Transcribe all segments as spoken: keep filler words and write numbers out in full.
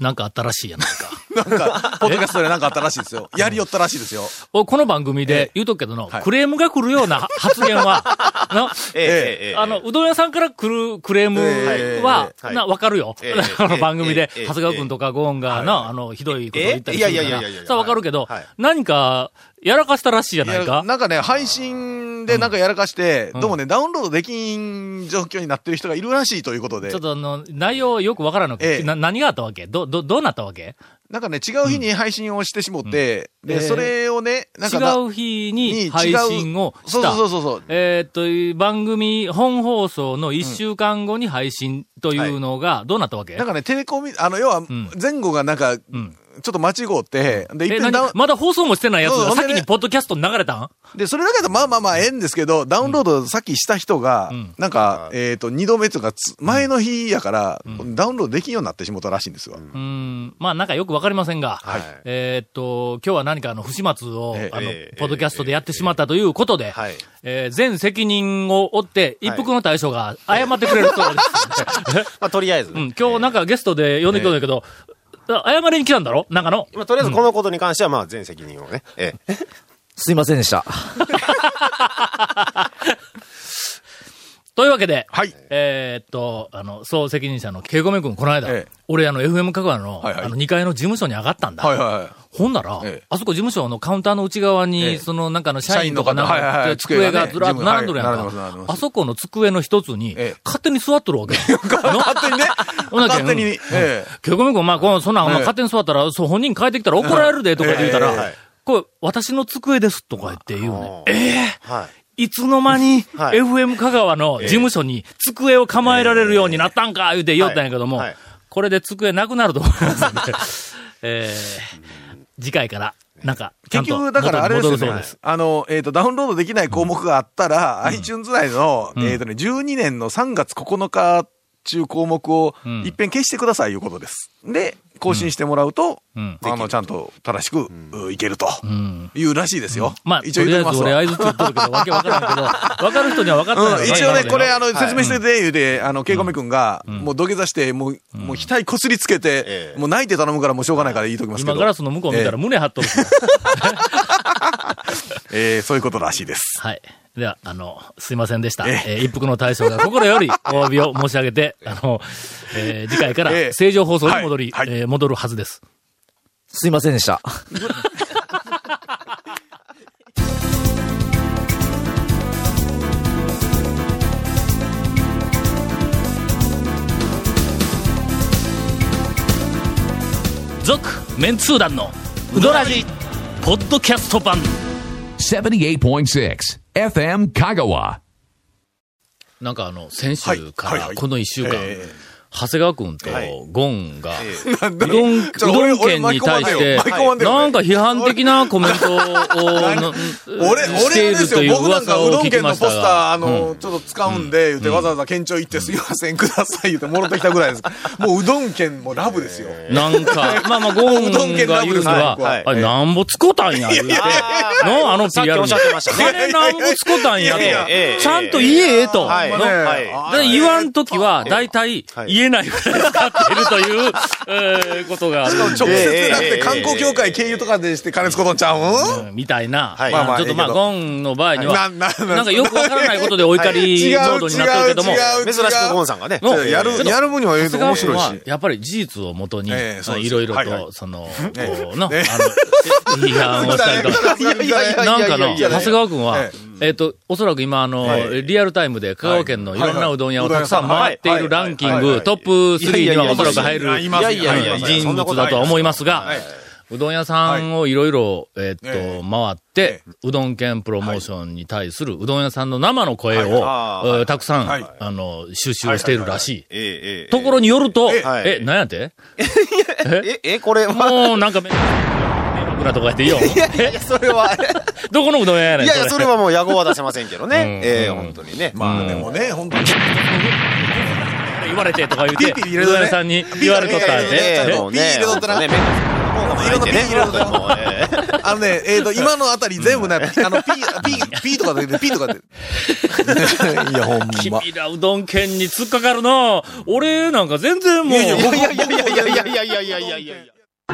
なんかあったらしいやないか。 なんか、ポッドキャストでなんかあったらしいですよ。やりよったらしいですよ。 この番組で言うとくけどの、クレームが来るような発言は、の、ええ、あの、うどん屋さんから来るクレームは、な、わかるよ。あの番組で、長谷川くんとかゴーンがな、あの、ひどいこと言ったりするから、さあわかるけど、何か、やらかしたらしいじゃないか。 なんかね、配信でなんかやらかして、どうもね、ダウンロードできん状況になってる人がいるらしいということで。 ちょっとあの、内容よくわからんのけど、何があったわけど、ど、どうなったわけなんかね、違う日に配信をしてしもって、で、それをね、 なんか。違う日に配信をした。 そうそうそうそう。 えっと、番組本放送のいっしゅうかんごに配信というのが、どうなったわけなんかね、テレコミ、あの、要は、前後がなんか、ちょっと間違って、 で、一遍まだ放送もしてないやつが先にポッドキャストに流れたんで、それだけだとまあまあまあええんですけど、ダウンロードさっきした人が、なんか、えっと、二度目とか、前の日やから、ダウンロードできんようになってしもたらしいんですわ。 うん。まあなんかよくわかりませんが、えっと、今日は何かあの、不始末を、あの、ポッドキャストでやってしまったということで、え全責任を負って、一服の大将が謝ってくれるそうです。 まあとりあえず。 うん。今日なんかゲストで呼んできたんだけど、謝りに来たんだろなんかの。 まあ、とりあえずこのことに関しては、まあ、全責任をね。ええ。 すいませんでした。 というわけで、 はい。 えー、っと、あの、総責任者のケイコメ君、この間、ええ、俺、あの、エフエム 香川の、はいはい、あの、にかいの事務所に上がったんだ。はいはいはい。ほんなら、ええ、あそこ事務所のカウンターの内側に、ええ、その、なんかの、社員とかなんか、はいはい、机がずらっと並んどるやんか。はい、あそこの机の一つに、ええ、勝手に座っとるわけ。 勝手にね。 勝手に。ええ。ケイコメ君、まあ、この、そんな、ええ、勝手に座ったら、そう、本人帰ってきたら怒られるで、とか言うたら、ええ、これ、私の机です、とか言って言うね。ええーはいいつの間に エフエム 香川の事務所に机を構えられるようになったんか言うて言おったんやけども、これで机なくなると思いますんで、えー、次回からなんかちゃんと結局だからあれですよね。あの、えっと、ダウンロードできない項目があったら、うん、iTunes 内の、えっとね、じゅうにねんのさんがつここのか中項目を一遍消してくださいいうことです。で、更新してもらうと、うん、あの、ちゃんと正しく、うん、いけると、いうらしいですよ。 うん、まあ、一応言ってますわ。とりあえず俺合図って言っとるけど、わけわからんけど、わかる人にはわかったんだ、うん、一応ね、これ、あの、説明してて、言うて、あの、ケイコメ君が、もう土下座して、もう、もう額こすりつけて、もう泣いて頼むからもうしょうがないから言いときますけど。 今ガラスの向こう見たら胸張っとる。 えー、そういうことらしいです。 はい。では、あの、すいませんでした。えー、一服の大将が心よりお詫びを申し上げて、あの、えー、次回から正常放送に戻り、はいはい、えー、戻るはずです。 すいませんでした。 続、メンツー団のうどらじポッドキャスト版ななじゅうはちてんろく エフエム 香川。 なんかあの、先週からこの一週間、はいはいはいえー長谷川くんとゴンが、うどん、うどん県に対して、なんか批判的なコメントをしているという噂を聞きましたが。 僕なんかうどん県のポスター、あの、ちょっと使うんで、言ってわざわざ県庁行ってすいませんください言って戻ってきたぐらいです。もううどん県もラブですよ。 なんか、まあまあゴンが言うには、あれなんぼつこたんや、言うて。のあの ピーアール に。金なんぼつこたんやと。ちゃんと言えと。言わんときは、だいたい言えないぐらい使っているという、えー、ことがある。 しかも直接なくて観光協会経由とかでして金つことんちゃう、 うん、みたいな。はい、まあ、ちょっとまあ、ゴンの場合には、な、な、な、なんかよくわからないことでお怒りモードになってるけども。 珍しくゴンさんがね。 やる、やる分には言うと面白いし。 やっぱり事実をもとに、いろいろと、その、の、あの、批判をしたりとか。なんかの、長谷川くんは、えっと、おそらく今、あの、リアルタイムで香川県のいろんなうどん屋をたくさん回っているランキング、トップスリーにはおそらく入る人物だとは思いますが、うどん屋さんをいろいろ、えっと、回って、うどん県プロモーションに対するうどん屋さんの生の声を、たくさん、あの、収集をしているらしい。ところによると、え、何やってえ、え、これ、 もうなんか、なとか言っていいよ。 いやいや、それは。 どこのうどん屋やねん。 いやいや、それはもう野号は出せませんけどね。ええ、本当にね。 まあでもね、本当に。 言われてとか言って、うどん屋さんに言われとったんで。 ピー入れとったら。 が入ってね。 あのね、えっと、今のあたり全部ね、あの、ピー、ピー、ピーとかで、ピーとかで。いや、ほんま。 君らうどん県に突っかかるな。俺なんか全然もう。いやいやいやいやいやいやいやいやいやいやいや。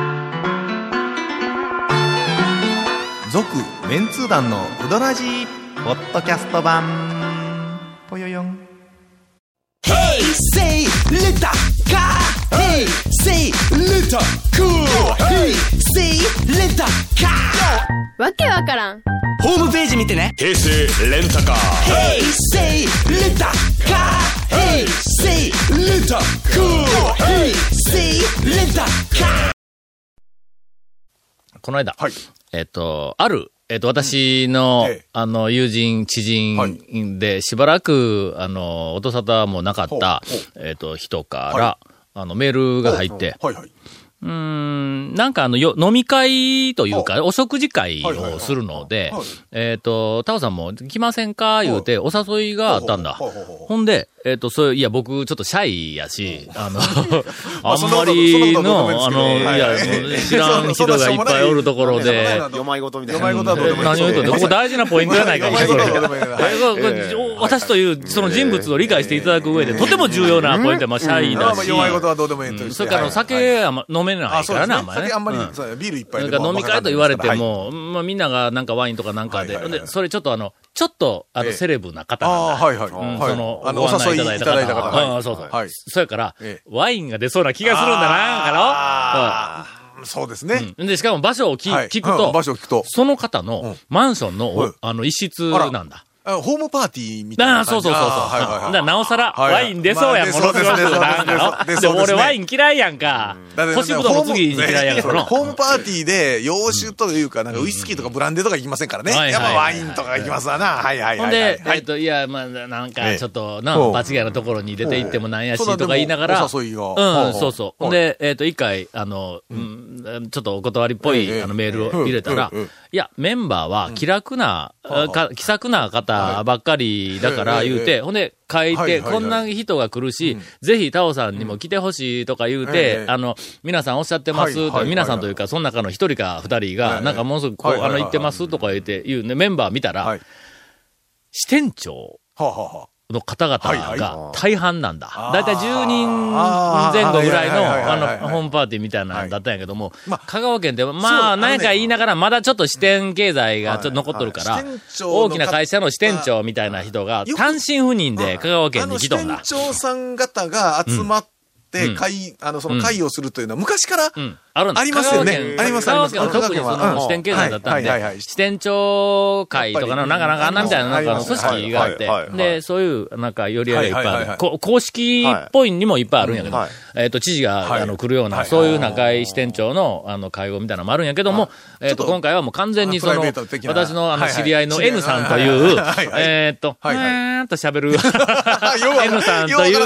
続、メンツー団のうどらじポッドキャスト版。ぽよよん。 Hey, say, let that car. Hey, say, let that cool. Hey, say, let that car. わけわからん。 ホームページ見てね。 平成レンタカー。 Hey, say, let that car. Hey, say, let that cool. Hey, say, let that car. この間、 はい、 えっと、ある、えっと、私の、 うんええ、 あの、友人、知人で、しばらく、あの、音沙汰もなかった、えっと、人から、はい、あの、メールが入って、はいはい、うーん、なんかあの、よ、飲み会というか、お食事会をするので、えっと、タオさんも来ませんか言うて、お誘いがあったんだ。ほんで、えっと、そういう、いや、僕、ちょっとシャイやし、あの、あんまりの、あの、いや、知らん人がいっぱいおるところで、 読まい事みたいな。 読まい事はどうでもいい。 何を言うとんで、ここ大事なポイントじゃないか、私という、その人物を理解していただく上で、とても重要なポイントは、まあ、シャイだし、 読まい事はどうでもいいと。 それから酒は飲めないからな、あんまりね。 酒あんまり、ビールいっぱいで。 飲み会と言われても、まあ、みんながなんかワインとかなんかで、で、それちょっとあの、ちょっと、あの、セレブな方なんだ。 はいはい。 その、お誘いいただいた方。うん、そうそう。そうやから、ワインが出そうな気がするんだな、 かろ。そうですね。 で、しかも場所を聞くと、 場所を聞くと、 その方のマンションの、あの、一室なんだ。 ホームパーティーみたいな。 ああ、そうそうそうそう。だからなおさら、ワイン出そうやん、ものすごく。なんかの。でも俺ワイン嫌いやんか。星ぶどうも次に嫌いやんかの。 ホームパーティーで、洋酒というか、なんかウイスキーとかブランデーとか行きませんからね。やっぱワインとか行きますわな。はいはいはい。 ほんで、えっと、いや、まあ、なんか、ちょっと、な、場違いのところに出て行ってもなんやし、とか言いながら。 お誘いが。 うん、そうそう。ほんで、えっと、一回、あの、ちょっとお断りっぽい、あの、メールを入れたら、いや、メンバーは気楽な、気さくな方ばっかり、だから言うて、ほんで書いて、こんな人が来るし、ぜひタオさんにも来てほしいとか言うて、あの、皆さんおっしゃってます、皆さんというか、その中の一人か二人が、なんかものすごくこう、あの、言ってますとか言って、言うね、メンバー見たら、支店長の方々が大半なんだ。だいたいじゅうにんぜん後ぐらいの、あの、ホームパーティーみたいなのだったんやけども、香川県で、まあ、何か言いながら、まだちょっと支店経済がちょっと残っとるから、大きな会社の支店長みたいな人が、単身赴任で香川県に来とんだ。 支店長さん方が集まって、会、あの、その会をするというのは、昔から、 あるんだ。 ありますよね。あります、あります。 香川県は特にその支店経済だったんで、支店長会とかの、なんか、なんか、あんなみたいな、なんかの組織があって、で、そういう、なんか、よりやりいっぱいある。公式っぽいにもいっぱいあるんやけど、えっと、知事が、あの、来るような、そういう中井支店長の、あの、会合みたいなのもあるんやけども、えっと、今回はもう完全にその、私の、あの、知り合いの N さんという、えっと、はーんと喋る、N さんという、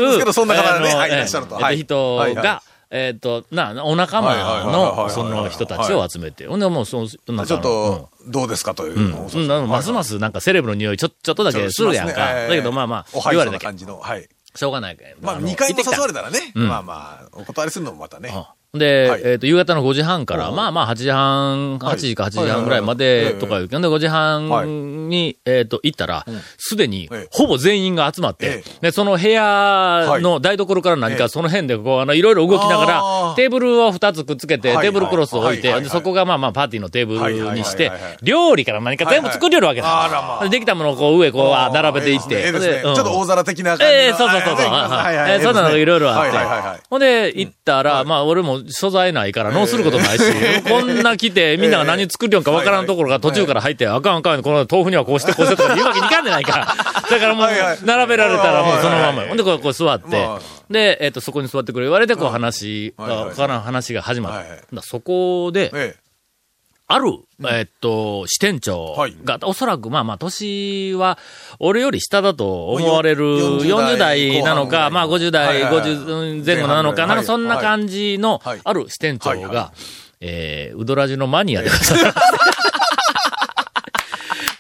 人が、えっと、な、お仲間の、その人たちを集めて。ほんで、もう、その、 ちょっと、どうですかというのを。ますますなんかセレブの匂いちょ、ちょっとだけするやんか。だけど、まあまあ、 言われた感じの。はい。 しょうがないけど。 まあ、にかいも誘われたらね。まあまあ、お断りするのもまたね。 で、はい、えっ、ー、と、夕方のごじはんから、まあまあはちじはん、はちじかはちじはんぐらいまでとかいうけど、ごじはんに、えっ、ー、と、行ったら、すでに、ほぼ全員が集まって、で、その部屋の台所から何かその辺で、こう、あの、いろいろ動きながら、テーブルをふたつくっつけて、テーブルクロスを置いて、で、そこがまあまあパーティーのテーブルにして、料理から何か全部作りよるわけだ。できたものをこう上、こう、並べていって。 ちょっと大皿的な感じ。 ええ、そうそうそうそう。えそんなのいろいろあって。ほんで、行ったら、まあ、俺も所在ないから、のすることないし、こんな来て、みんなが何作りよんかわからんところが途中から入って、あかんあかん、この豆腐にはこうしてこうしてとか言うわけにいかんじゃないか。だからもう、並べられたらもうそのまま。ほんで、こう、こう座って、で、えっと、そこに座ってくれ言われて、こう話、から話が始まった。そこで、ある、えっと、支店長が、おそらくまあまあ、年は、俺より下だと思われる、よんじゅう代なのか、まあごじゅう代、ごじゅうぜん後なのか、なんかそんな感じの、ある支店長が、えー、うどらじのマニアでございます。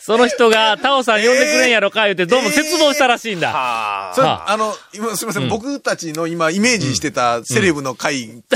その人が、タオさん呼んでくれんやろか、言うて、どうも絶望したらしいんだ。 あそれ、あの、今、すみません、僕たちの今、イメージしてたセレブの回から、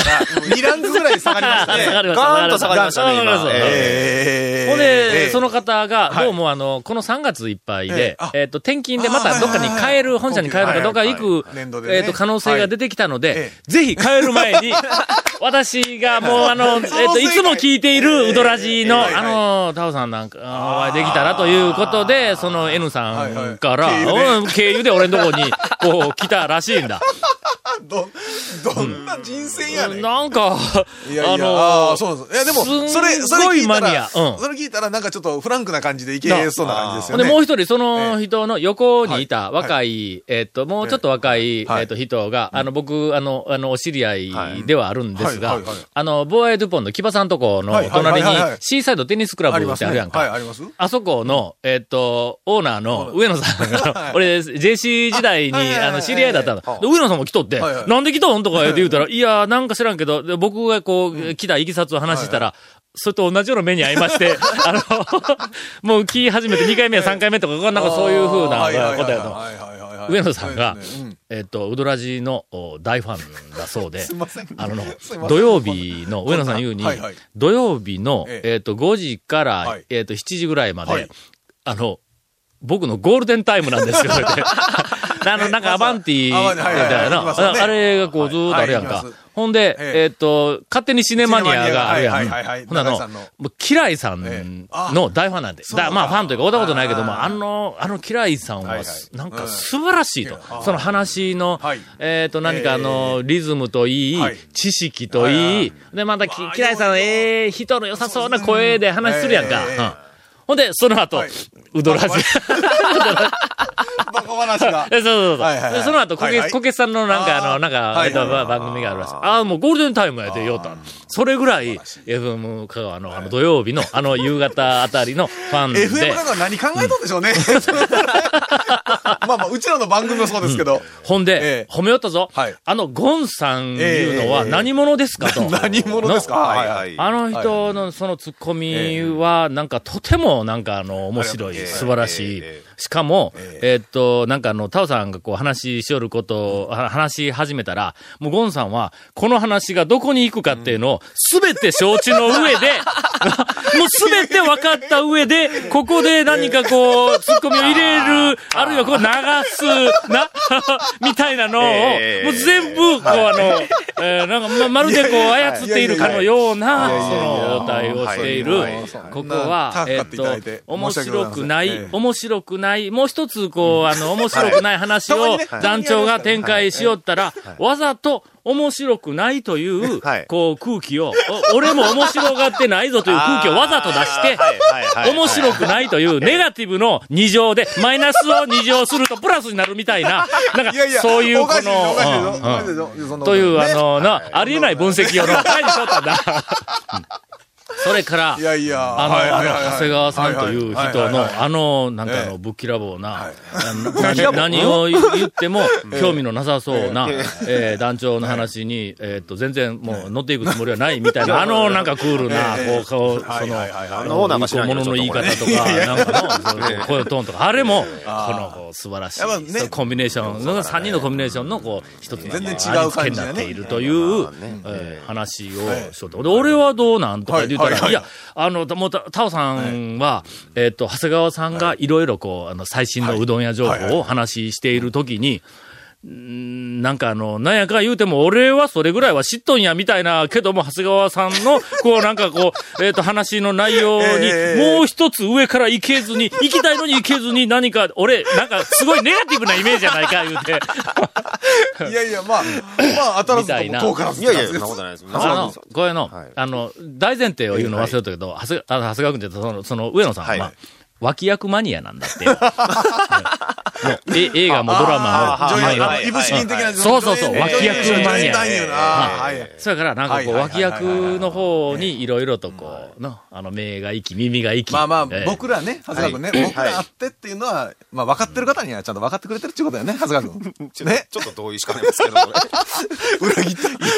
にランクぐらい下がりましたね。 下がりました。 ガーンと下がりましたね、今。 えーほんで、その方が、どうもあの、このさんがついっぱいで、えっと、転勤でまたどっかに帰る、本社に帰るかどっか行く、えっと、可能性が出てきたので、ぜひ帰る前に、私がもうあの、えっと、いつも聞いているウドラジの、あの、タオさんなんか、お会いできたらということで、その N さんから、経由で俺のとこに、こう、来たらしいんだ。 ど、どんな人生やねん。 なんか、 いやいや、 あのああ、そうなんです。いや、でも、それ、それ聞いたら、 うん、 それ聞いたら、なんかちょっとフランクな感じでいけそうな感じですよね。 で、もう一人、その人の横にいた若い、えっと、もうちょっと若い、えっと、人が、あの、僕、あの、あの、お知り合いではあるんですが、あの、ボーアイ・ドゥポンの木場さんとこの隣に、シーサイドテニスクラブってあるやんか。 はい、あります。 あそこの、えっと、オーナーの上野さんが、俺、ジェーシー 時代に、あの、知り合いだったの。上野さんも来とって、なんで来とんとか言うたら、いや、なんか知らんけど、僕がこう、来たいきさつを話したら、それと同じような目に遭いまして、あの、もう聞き始めてにかいめやさんかいめとか、なんかそういう風なことやと。上野さんが、えっと、ウドラジの大ファンだそうで、あの、土曜日の、上野さん言うに、土曜日の、えっと、ごじから、えっと、しちじぐらいまで、あの、僕のゴールデンタイムなんですよ、って。あの、なんかアバンティみたいな、あれがこうずーっとあるやんか。ほんで、えっと、勝手にシネマニアがあるやん。ほんなの、キライさんの大ファンなんで。だまあファンというか、会ったことないけども、あの、あのキライさんは、なんか素晴らしいと。その話の、えっと、何かあの、リズムといい、知識といい、で、またキライさんのええ人の良さそうな声で話するやんか。ほんで、その後、ウドラジ。 バカ話が。 そうそうそう。その後、こけ、こけさんのなんか、あの、なんか、えっと、番組があるらしい。ああ、もうゴールデンタイムやで、よと。それぐらい、エフエム 香川の、あの、土曜日の、あの、夕方あたりのファンで。 エフエム 香川何考えとんでしょうね。まあまあ、うちらの番組もそうですけど。 ほんで、褒めよったぞ。あの、ゴンさんいうのは何者ですかと。 何者ですか。 あの人のそのツッコミは、なんか、とても、なんか、あの、面白い、素晴らしい。しかも、えっと、なんかあの、タオさんがこう話しよることを、話し始めたら、もうゴンさんは、この話がどこに行くかっていうのを、すべて承知の上で、もうすべて分かった上で、ここで何かこう、ツッコミを入れる、あるいはこう流す、な、みたいなのを、もう全部、こうあの、えー、なんかま、まるでこう操っているかのような、その、対応している、ここは、えっと、面白くない、面白くない、もう一つこう、あの、面白くない話を団長が展開しよったら、わざと面白くないという、こう空気を、俺も面白がってないぞという空気をわざと出して、面白くないというネガティブの二乗で、マイナスを二乗するとプラスになるみたいな、なんか、そういうこの、という、あの、な、ありえない分析をの、書いてしょったんだ。それから、 いやいやあの、あの、長谷川さんという人の、あの、なんかの、ぶっきらぼうな、何を言っても、興味のなさそうな、えー、団長の話に、えっと、全然もう乗っていくつもりはないみたいな、あの、なんかクールな、こう、顔、その、あの、なんか、ものの言い方とか、なんかの、声のトーンとか、あれも、この、こう、素晴らしい、コンビネーション、さんにんのコンビネーションの、こう、一つの、 全然違う感じになっているという、話をしとって、俺はどうなんとか言うたら、いや、あの、もう、タオさんは、えっと、長谷川さんがいろいろこう、あの、最新のうどん屋情報を話しているときに、なんかあの、なんやか言うても、俺はそれぐらいは知っとんや、みたいな、けども、長谷川さんの、こう、なんかこう、えっと、話の内容に、もう一つ上から行けずに、行きたいのに行けずに、何か、俺、なんか、すごいネガティブなイメージじゃないか、言うて。 いやいや、まあ、まあ、当たらずとも遠からず。 いやいや、そんなことないです。 あの、これの、あの、大前提を言うの忘れたけど、長谷長谷川君って、その、その、上野さんは、脇役マニアなんだって。え映画もドラマも。 イブシキン的な。 そうそうそう、脇役マニア。それからなんかこう、脇役の方にいろいろとこう、の、あの、目が生き、耳が生き。 まあまあ、僕らね、長谷川君ね、僕らあってっていうのは、まあ分かってる方にはちゃんと分かってくれてるっていうことだよね、長谷川君。 ね。ちょっと同意しかないですけど、 裏切った。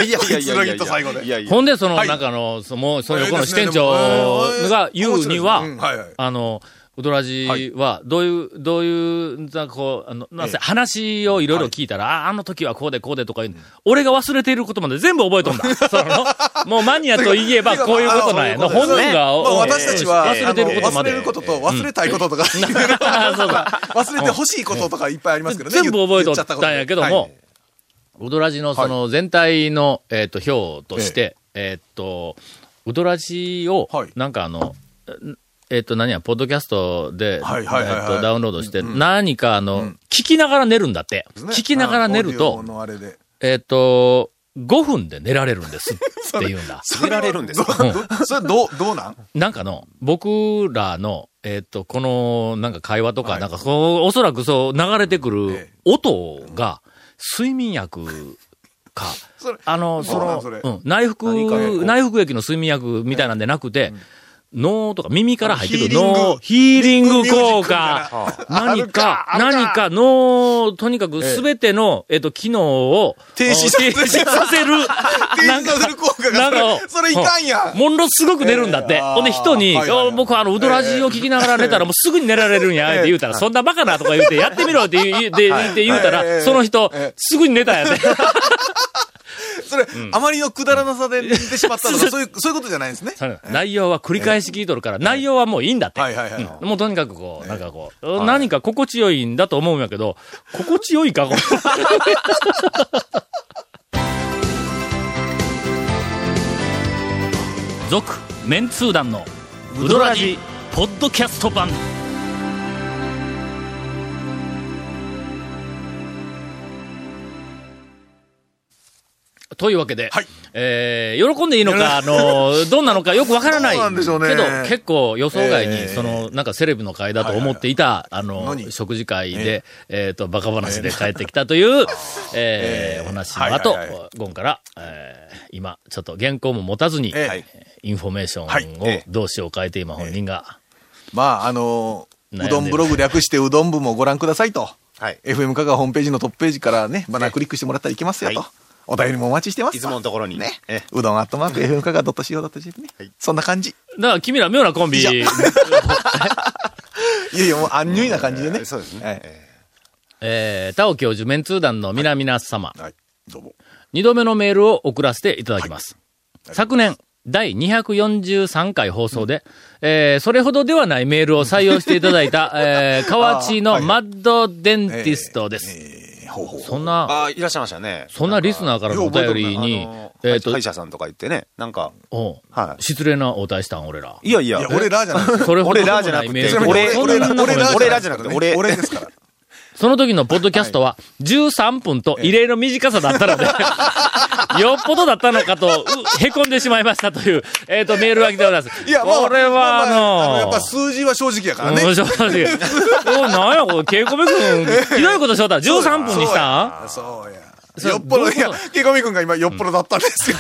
いやいやいや裏切った最後で。 ほんで、その、なんかの、もう、その横の支店長が言うには、あの、 うどらじは、どういう、どういう、なんかこう、あの、なんせ話をいろいろ聞いたら、ああの時はこうでこうでとか言う、俺が忘れていることまで全部覚えとんだ。その、もうマニアといえばこういうことなんやの。本人が、 私たちは、 忘れてることまで。 忘れることと忘れたいこととか、忘れてほしいこととかいっぱいありますけどね。 全部覚えとったんやけども、うどらじのその全体の、えっと、表として、えっと、うどらじを、なんかあの、えっと、何や、ポッドキャストで、えっと、ダウンロードして、何かあの、聞きながら寝るんだって。聞きながら寝ると、えっと、ごふんで寝られるんですって言うんだ。 寝られるんですか？ それどう、どうなんなんかの、僕らの、えっと、この、なんか会話とか、なんかそう、おそらくそう、流れてくる音が、睡眠薬か、あの、その、うん、内服、内服液の睡眠薬みたいなんでなくて、脳とか耳から入ってくる脳、ヒーリング効果、何か、何か脳、とにかくすべての、えっと、機能を停止させる。停止させる。 停止させる効果が、それいかんやん。 ものすごく寝るんだって。ほんで人に、僕あの、ウドラジを聞きながら寝たらもうすぐに寝られるんや、って言うたら、そんなバカなとか言うて、やってみろって言うたら、その人、すぐに寝たんやって。 それ、うん、あまりのくだらなさで寝てしまったのか、そういう、そういうことじゃないんですね。 内容は繰り返し聞いとるから、えー、内容はもういいんだって。はいはいはい。うん、もうとにかくこう、なんかこう、えー、何か心地よいんだと思うんやけど、心地よいか、これ。続、メンツー団の、ウドラジ、ポッドキャスト版。というわけで、はい、えー、喜んでいいのか、あの、どんなのかよくわからない。 なんでしょうね。 けど、結構予想外に、えー、その、なんかセレブの会だと思っていた、はいはいはい、あの、食事会で、えっ、ー、と、バカ話で帰ってきたという、えー、えー、お話の後、はいはいはい、ゴンから、えー、今、ちょっと原稿も持たずに、えー、インフォメーションをどうしよう変えて今本人が。えーえー、まあ、あのー、うどんブログ略してうどん部もご覧くださいと。はい、エフエム 香川ホームページのトップページからね、バナークリックしてもらったらいけますよと。はい、お便りもお待ちしてます。 いつものところに。 ね。うどんアットマーク エフエム 香川 ドットシーオー ドットジェーピー ね、はい。そんな感じ。 だから君ら妙なコンビ。いやいや、もう安入な感じでね。 そうですね。 はい、 えー、タオ教授メンツー団の皆々様。はい。 どうも。 二度目のメールを送らせていただきます。はい、昨年、だいにひゃくよんじゅうさんかい放送で、うん、えー、それほどではないメールを採用していただいた、えー、河内のマッドデンティストです。えーえーほうほうほうそんな、 あ、いらっしゃいましたね。 そんなリスナーからのお便りに、 えっと、歯医者さんとか言ってね、なんか、 はい。失礼なお答えしたん、俺ら。 いやいや、 俺らじゃなくて、 それほどでもないメール。 俺、俺ら、俺らじゃなくて、俺、 俺ですから。 その時のポッドキャストはじゅうさんぷんと異例の短さだったので、よっぽどだったのかと、へこんでしまいましたという、えっと、メールが来ております。 いや、 これは、あの、 やっぱ数字は正直やからね。 正直。お、なんや、これ、ケイコメ君、ひどいことしよった。じゅうさんぷんにしたんそうや。よっぽど、いや、ケイコメ君が今、よっぽどだったんですよ。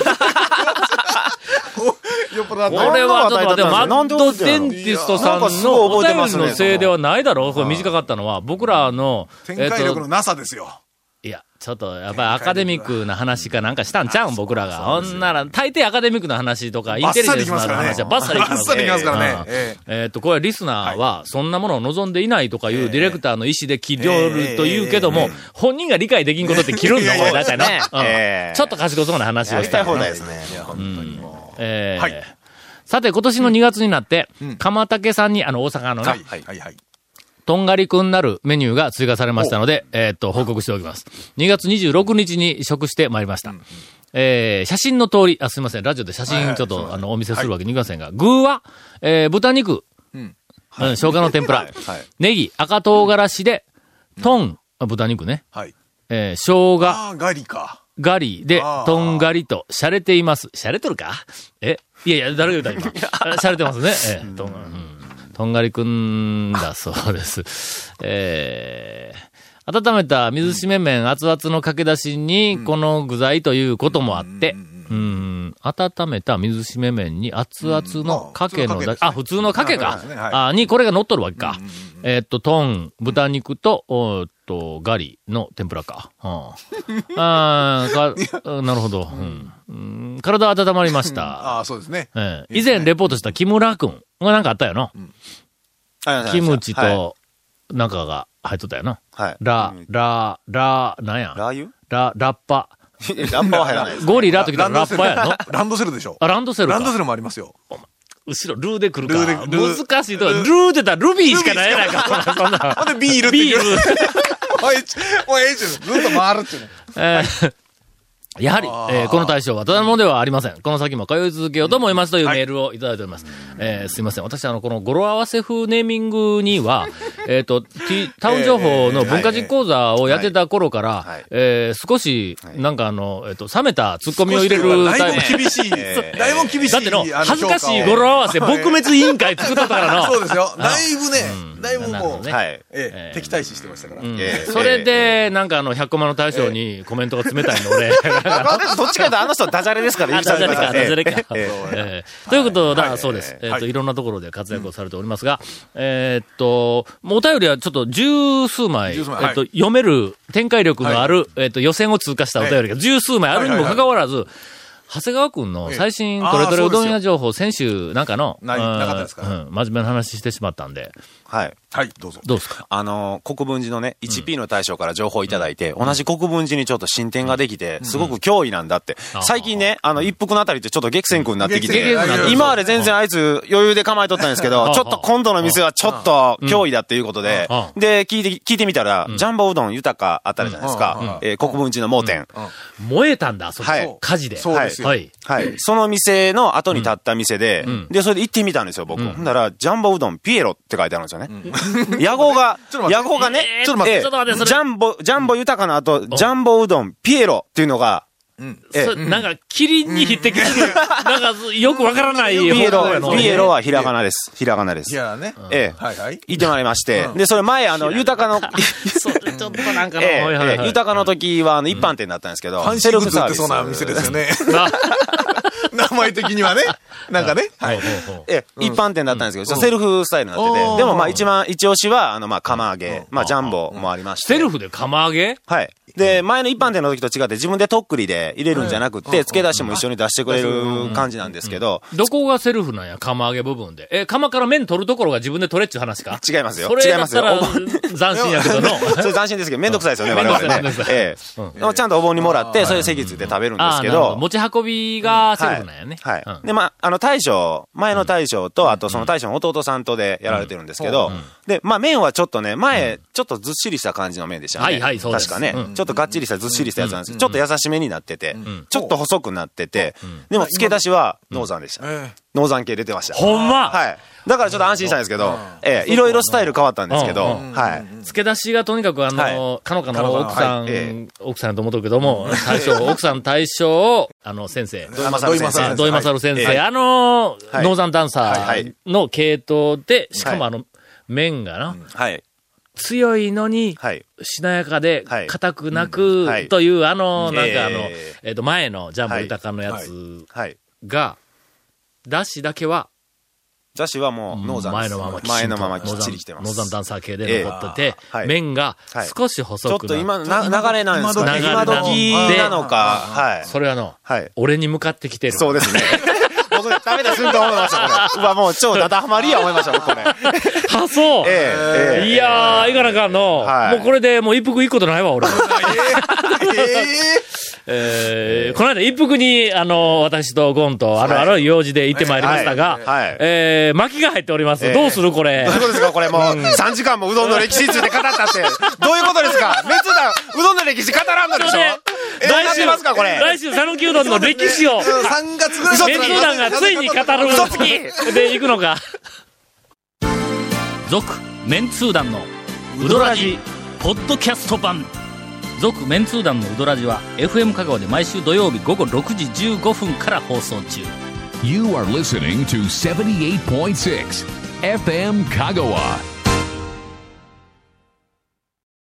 よっぽどだった。 これはちょっと待って、マッドデンティストさんのお便りのせいではないだろう。これ短かったのは、僕らの、 展開力のなさですよ。 いや、ちょっと、やっぱりアカデミックな話かなんかしたんちゃうん僕らが。ほんなら、大抵アカデミックな話とか、インテリジェンスな話はバッサリいきますからね。 バッサリいきますからね。 えっと、これリスナーは、そんなものを望んでいないとかいうディレクターの意思で切りよるというけども、本人が理解できんことって切るんだ、これ、だいたいな。ちょっと賢そうな話をしたい。 放題ですね。本当に。えー、さて、今年のにがつになって、鎌竹さんに、あの、大阪のね、とんがりくんなるメニューが追加されましたので、えー、っと、報告しておきます。にがつにじゅうろくにちに食してまいりました。うんうん、えー、写真の通り、あ、すいません、ラジオで写真ちょっと、はいはい、あの、お見せするわけにいきませんが、はい、具は、えー、豚肉、うんはい、生姜の天ぷら、はいはい、ネギ、赤唐辛子で、トン、うん、豚肉ね、はい、えー、生姜、 あガリか。 ガリで、とんがりと、洒落ています。洒落とるかえいやいや、誰が言うた今。洒落てますね。えー、とん、うんとんがりくんだそうです。えー、温めた水しめ麺熱々のかけ出しに、この具材ということもあって、うん、温めた水しめ麺に熱々のかけのだし、あ、普通のかけか。あ、に、これが乗っとるわけか。えっと、トン、豚肉と、おっと、ガリの天ぷらか。ああ、なるほど。うん、体温まりました。 ああ、そうですね。 えー、以前レポートした木村くんがなんかあったよな。うんキムチと、なんかが入っとったよな。 はい。 ラ、ラ、ラ、なんや。 ラー油ラ、ラッパ。 ラッパは入らないです。 ゴリラときたらラッパやのランドセルでしょ。 あ、ランドセルか。 ランドセルもありますよ。 後ろ、ルーで来るか。 ルーでルー難しいとこ。ルーって言ったらルビーしかないやないか。そんな。 ほんでビールってビール。 もうええちゅう、もうええちゅう、ずっと回るっていうね。 えーやはり、えーこの対象はただのものではありません。この先も通い続けようと思いますというメールをいただいております。えーすいません。私、あの、この語呂合わせ風ネーミングには、えっと、T- タウン情報の文化実講座をやってた頃から、 はいはいえー少し、なんかあの、えっと、冷めたツッコミを入れるだいタイプ。 ぶ厳しい。だいぶ厳しい。 だっての、 あ恥ずかしい語評価を呂合わせ撲滅委員会作ったからの。 そうですよ。だいぶね、だいぶもう、 なるほどねはい。 ええ、敵対視してましたから。 うんえーそれで、なんかあの、ひゃくコマの大将にコメントが冷たいの、俺。 私どっちかというとあの人はダジャレですから、 あ、ダジャレか、ダジャレか。 えええーということだ、 はいそうです。えっと、 はいいろんなところで活躍をされておりますが、えーっと、もうお便りはちょっと十数枚、 十数枚えっと、読める展開力のある、えっと、予選を通過したお便りが十数枚あるにもかかわらず、長谷川くんの最新トレトレうどん屋情報、先週なんかの、 ないなかったですかうん、真面目な話してしまったんで、 はい。 はい、どうぞ。 どうですか？ あのー、国分寺のね、ワンピー の大将から情報いただいて、同じ国分寺にちょっと進展ができて、すごく脅威なんだって。最近ね、あの、一服のあたりってちょっと激戦区になってきて激戦区になって、る今まで全然あいつ余裕で構えとったんですけど、ちょっと今度の店はちょっと脅威だっていうことでう、 で、聞いて、聞いてみたら、ジャンボうどん豊かあったりじゃないですか。えー国分寺の盲点。 燃えたんだ、そこ、 はい火事で。 そうですよはい。 はい。その店の後に立った店で、 んで、それで行ってみたんですよ、僕。ほんなら、ジャンボうどんピエロって書いてあるんですよね。屋号が、 ちょっと待って屋号がね、 えーちょっと待ってえーちょっと待ってそれジャンボ、ジャンボ豊かな後、ジャンボうどんピエロっていうのが、えそなんか、キリンに匹敵する、なんか、よくわからないピエロ方法やの、 ピエロはひらがなです。ひらがなですい。やね。 ええ。 はいはい。 行ってまいりまして。で、それ前、あの、豊かの、 それちょっとなんかの、 ええはいはいはいええ豊かの時は、あの、一般店だったんですけど、 ファンシーグッズ売ってそうな店ですよね。名前的にはね。なんかね。はい。 ええ、一般店だったんですけど、セルフスタイルになってて、でもまあ一番、一押しは、あの、まあ、釜揚げ、まあ、ジャンボもありまして。 セルフで釜揚げはい。で、前の一般店の時と違って自分でとっくりで入れるんじゃなくて、付け出しも一緒に出してくれる感じなんですけど、 どこがセルフなんや、釜揚げ部分で。え、釜から麺取るところが自分で取れっちゅう話か違いますよ。 それ違いますよ。 だったらお盆斬新やけどの。 それ斬新ですけど、めんどくさいですよね、我々ねめんどく。さいええ。ちゃんとお盆にもらって、それで席ついて食べるんですけあーなるほど、 持ち運びがセルフなんやね。 はい。 うんで、まあ、あの、大将、前の大将と、あとその大将の弟さんとでやられてるんですけど、で、まあ、麺はちょっとね、前、ちょっとずっしりした感じの麺でしたね。 はいはいそうです確かねうん。 ちょっとがっちりしたずっしりしたやつなんですけど、ちょっと優しめになってて、ちょっと細くなってて、でも、付け出しは、ノーザンでした。 えノーザン系出てました。 ほんまはい。だからちょっと安心したんですけど、ええ、いろいろスタイル変わったんですけど、 うんはい。 付け出しがとにかくあの、かのかの奥さん、 はいえ奥さんやと思っとるけども、大将、奥さん大将を、あの、先生。 土井正先生。 土井正先生、 はいあの、 はいノーザンダンサーはいの系統で、しかもあの、麺がな、 はい。 強いのに、 はい。 しなやかではい、 硬くなうんくはい、 という、あの、なんかあのえ、 えっと、前のジャンボ豊かのやつはい。 が、だしだけは、 雑誌はもう、ノーザンです。 前のままきちんと前のままきっちり来てます。 ノーザンダンサー系で残ってて、 ええはい麺がはい少し細ちょっくなと今、な流れなんですかね。今今時時なのか。はい。 それはの、 はい。 俺に向かってきてる。 そうですね。僕、食べた瞬間思いました、これ。うわ、もう超ダダハマりや思いました、僕、これ。 あ、そう、 ええ、ええ。 いやー、いかなあかんの。 はいもうこれでもう一服いくことないわ、俺。えー、この間一服に、あの、私とゴンと、あるある用事で行ってまいりましたが、 はいはいえー、巻きが入っております。 ええどうするこれどういうことですかこれもう、さんじかんもうどんの歴史について語ったって。どういうことですか別だ、うどんの歴史語らんのでしょえー、なってますかこれ。 来週、讃岐うどんの歴史を、 さんがつぐらいメンツー団がついに語る嘘つきで行くのか。続、メンツー団のうどらじ、ポッドキャスト版。続、メンツー団のうどらじは、エフエム 香川で毎週土曜日午後ろくじじゅうごふんから放送中。 You are listening to seventy-eight point six エフエム Kagawa.